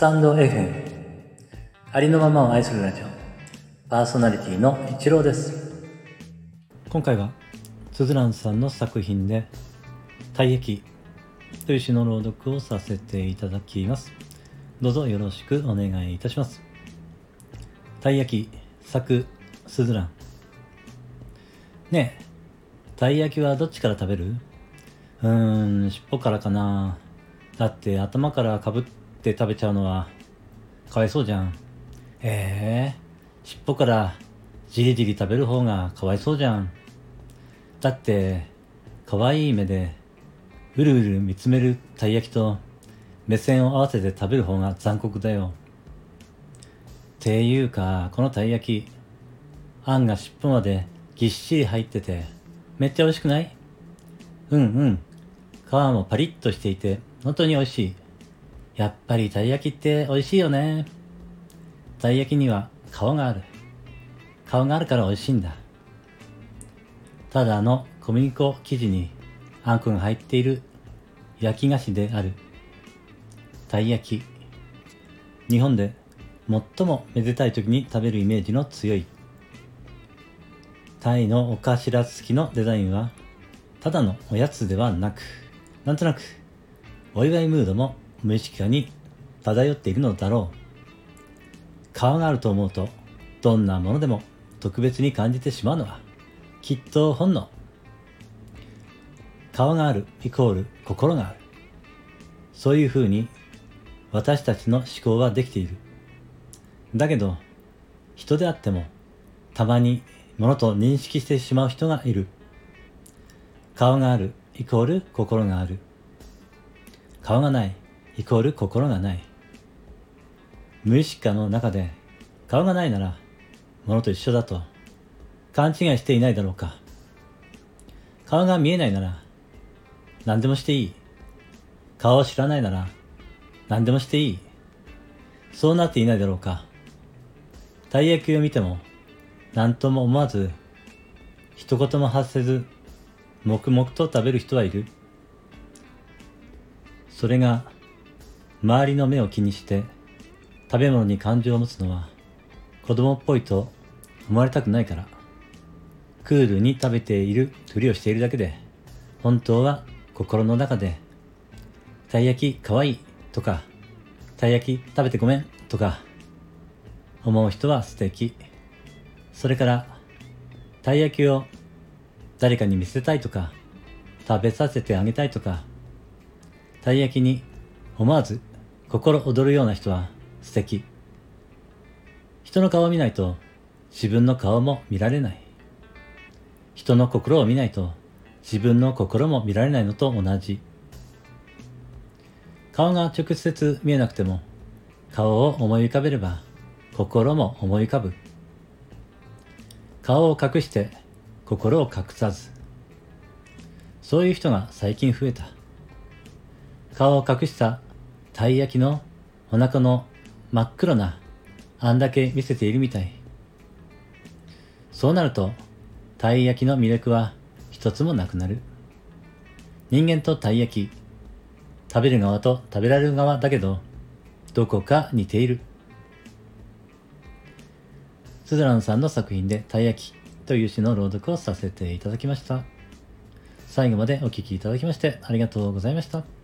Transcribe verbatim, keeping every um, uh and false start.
タンド エフエム ありのままを愛するラジオ、パーソナリティの一郎です。今回はつづらんさんの作品でたい焼きという詩の朗読をさせていただきます。どうぞよろしくお願いいたします。たい焼き作すずらん。ねえ、たい焼きはどっちから食べる？うーん、尻尾からかな。だって頭からかぶって食べちゃうのはかわいそうじゃん。ええー、尻尾からじりじり食べる方がかわいそうじゃん。だってかわいい目でうるうる見つめるたい焼きと目線を合わせて食べる方が残酷だよ。っていうか、このたい焼き、あんが尻尾までぎっしり入っててめっちゃ美味しくない？うんうん。皮もパリッとしていて本当に美味しい。やっぱりたい焼きって美味しいよね。たい焼きには皮がある。皮があるから美味しいんだ。ただの小麦粉生地にあんこが入っている焼き菓子であるたい焼き。日本で最もめでたい時に食べるイメージの強いタイのお頭付きのデザインはただのおやつではなく、なんとなくお祝いムードも無意識化に漂っているのだろう。皮があると思うとどんなものでも特別に感じてしまうのはきっと本能。皮があるイコール心がある。そういうふうに私たちの思考はできている。だけど人であってもたまにものと認識してしまう人がいる。皮があるイコール心がある。皮がないイコール心がない。無意識化の中で皮がないならものと一緒だと勘違いしていないだろうか。皮が見えないなら何でもしていい。顔を知らないなら何でもしていい。そうなっていないだろうか。たい焼きを見ても何とも思わず一言も発せず黙々と食べる人はいる。それが周りの目を気にして食べ物に感情を持つのは子供っぽいと思われたくないから。クールに食べているふりをしているだけで本当は心の中でたい焼きかわいいとかたい焼き食べてごめんとか思う人は素敵。それからたい焼きを誰かに見せたいとか食べさせてあげたいとかたい焼きに思わず心躍るような人は素敵。人の顔を見ないと自分の顔も見られない。人の心を見ないと自分の心も見られないのと同じ。顔が直接見えなくても顔を思い浮かべれば心も思い浮かぶ。顔を隠して心を隠さず。そういう人が最近増えた。顔を隠したたい焼きのお腹の真っ黒なあんだけ見せているみたい。そうなるとたい焼きの魅力は一つもなくなる。人間とたい焼き、食べる側と食べられる側だけどどこか似ている。すずらんさんの作品でたい焼きという詩の朗読をさせていただきました。最後までお聞きいただきましてありがとうございました。